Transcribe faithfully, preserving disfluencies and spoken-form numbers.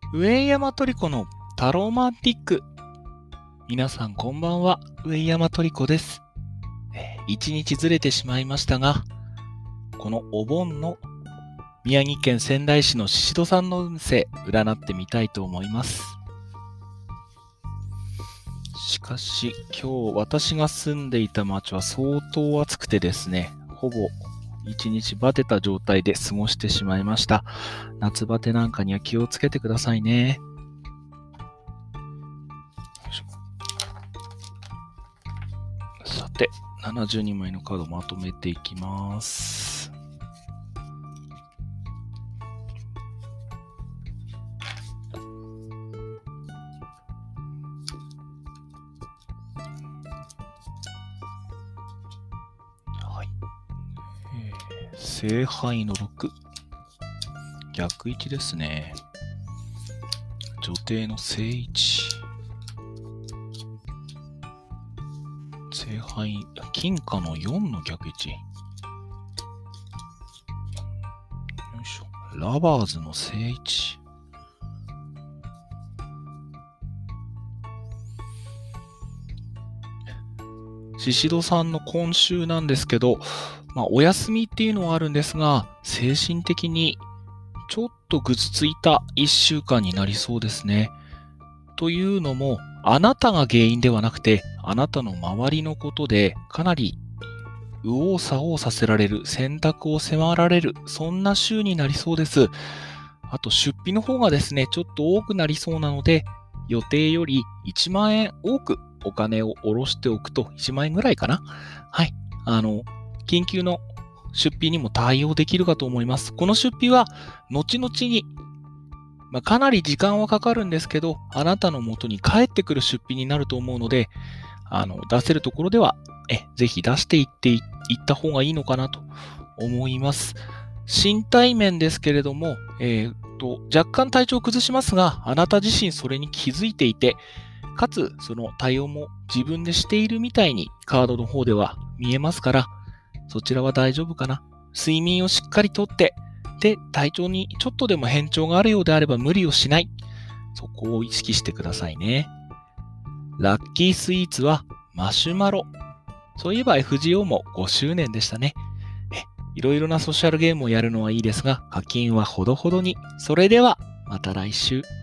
上山トリコのタロマンティック。皆さんこんばんは、上山トリコです。えー一日ずれてしまいましたが、このお盆の宮城県仙台市の宍戸さんの運勢、占ってみたいと思います。しかし、今日私が住んでいた町は相当暑くてですね、ほぼ一日バテた状態で過ごしてしまいました。夏バテなんかには気をつけてくださいね。よいしょ。さて、ななじゅうにまいのカードをまとめていきます。はい。えー、聖杯のろく。逆位置ですね。女帝の正位置。聖杯、金貨のよんの逆位置。よいしょ。ラバーズの正位置。宍戸さんの今週なんですけど、まあ、お休みっていうのはあるんですが、精神的にちょっとぐずついたいっしゅうかんになりそうですね。というのも、あなたが原因ではなくて、あなたの周りのことでかなり右往左往させられる、選択を迫られる、そんな週になりそうです。あと出費の方がですね、ちょっと多くなりそうなので、予定よりいちまんえん多くお金を下ろしておくと、いちまんえんぐらいかな。はい。あの、緊急の出費にも対応できるかと思います。この出費は、後々に、まあ、かなり時間はかかるんですけど、あなたの元に帰ってくる出費になると思うので、あの、出せるところでは、え、ぜひ出していっていった方がいいのかなと思います。身体面ですけれども、えーっと、若干体調を崩しますが、あなた自身それに気づいていて、かつ、その対応も自分でしているみたいにカードの方では見えますから、そちらは大丈夫かな。睡眠をしっかりとって、で、体調にちょっとでも変調があるようであれば無理をしない。そこを意識してくださいね。ラッキースイーツはマシュマロ。そういえば エフジーオー もごしゅうねんでしたね。え、いろいろなソーシャルゲームをやるのはいいですが、課金はほどほどに。それでは、また来週。